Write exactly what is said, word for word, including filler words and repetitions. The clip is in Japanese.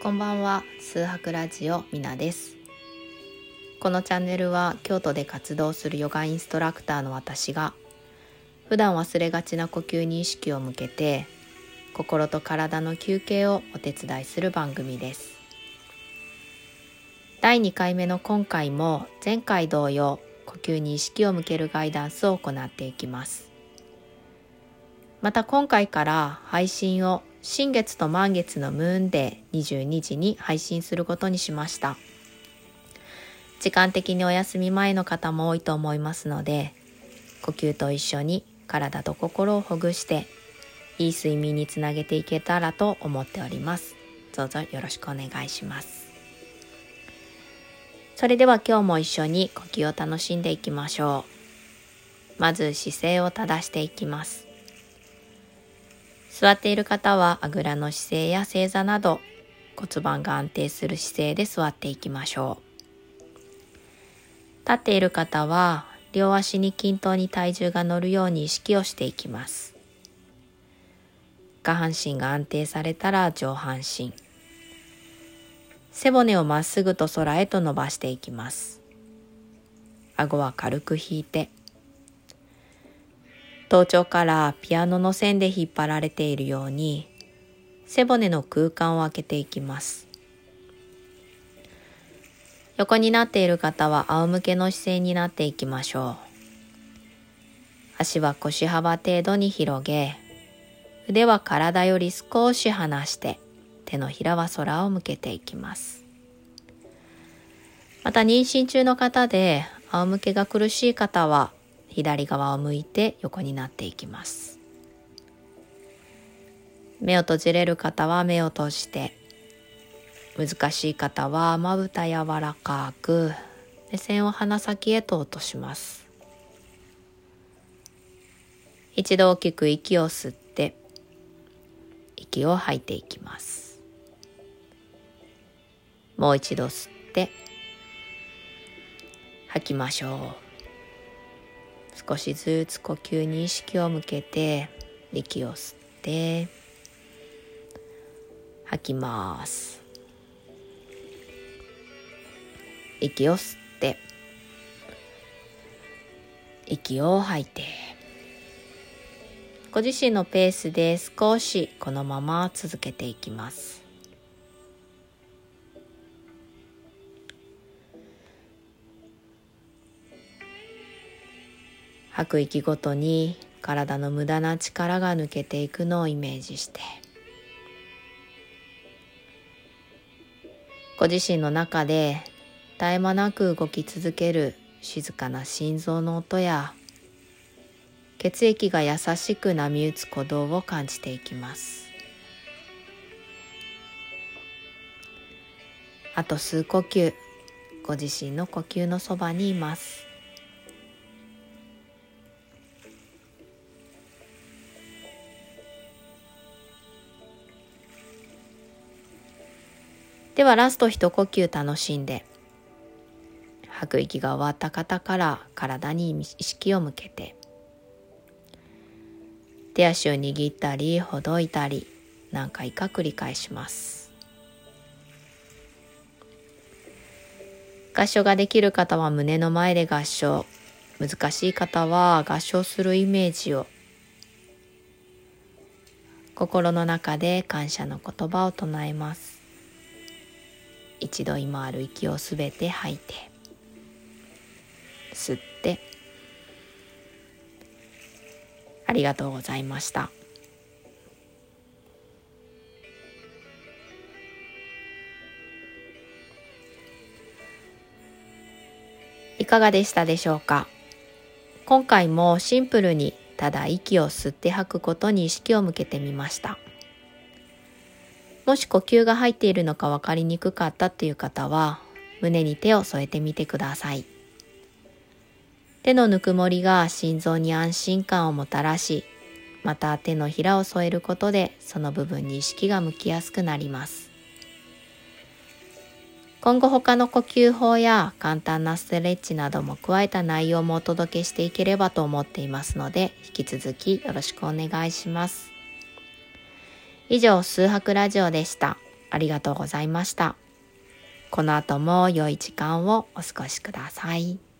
こんばんは、数博ラジオみなです。このチャンネルは京都で活動するヨガインストラクターの私が普段忘れがちな呼吸に意識を向けて心と体の休憩をお手伝いする番組です。だいにかいめの今回も前回同様呼吸に意識を向けるガイダンスを行っていきます。また今回から配信を新月と満月のムーンデーにじゅうにじに配信することにしました。時間的にお休み前の方も多いと思いますので、呼吸と一緒に体と心をほぐしていい睡眠につなげていけたらと思っております。どうぞよろしくお願いします。それでは今日も一緒に呼吸を楽しんでいきましょう。まず姿勢を正していきます。座っている方はあぐらの姿勢や正座など骨盤が安定する姿勢で座っていきましょう。立っている方は両足に均等に体重が乗るように意識をしていきます。下半身が安定されたら上半身。背骨をまっすぐと空へと伸ばしていきます。顎は軽く引いて、頭頂からピアノの線で引っ張られているように背骨の空間を空けていきます。横になっている方は仰向けの姿勢になっていきましょう。足は腰幅程度に広げ、腕は体より少し離して手のひらは空を向けていきます。また妊娠中の方で仰向けが苦しい方は左側を向いて横になっていきます。目を閉じれる方は目を閉じて、難しい方はまぶた柔らかく目線を鼻先へと落とします。一度大きく息を吸って息を吐いていきます。もう一度吸って吐きましょう。少しずつ呼吸に意識を向けて息を吸って吐きます。息を吸って息を吐いて、ご自身のペースで少しこのまま続けていきます。吐く息ごとに体の無駄な力が抜けていくのをイメージして、ご自身の中で絶え間なく動き続ける静かな心臓の音や血液が優しく波打つ鼓動を感じていきます。あと数呼吸、ご自身の呼吸のそばにいます。ではラスト一呼吸楽しんで、吐く息が終わった方から体に意識を向けて、手足を握ったりほどいたり何回か繰り返します。合掌ができる方は胸の前で合掌、難しい方は合掌するイメージを、心の中で感謝の言葉を唱えます。一度今ある息をすべて吐いて、吸って、ありがとうございました。いかがでしたでしょうか。今回もシンプルにただ息を吸って吐くことに意識を向けてみました。もし呼吸が入っているのか分かりにくかったという方は胸に手を添えてみてください。手のぬくもりが心臓に安心感をもたらし、また手のひらを添えることでその部分に意識が向きやすくなります。今後他の呼吸法や簡単なストレッチなども加えた内容もお届けしていければと思っていますので、引き続きよろしくお願いします。以上、数博ラジオでした。 ありがとうございました。この後も良い時間をお過ごしください。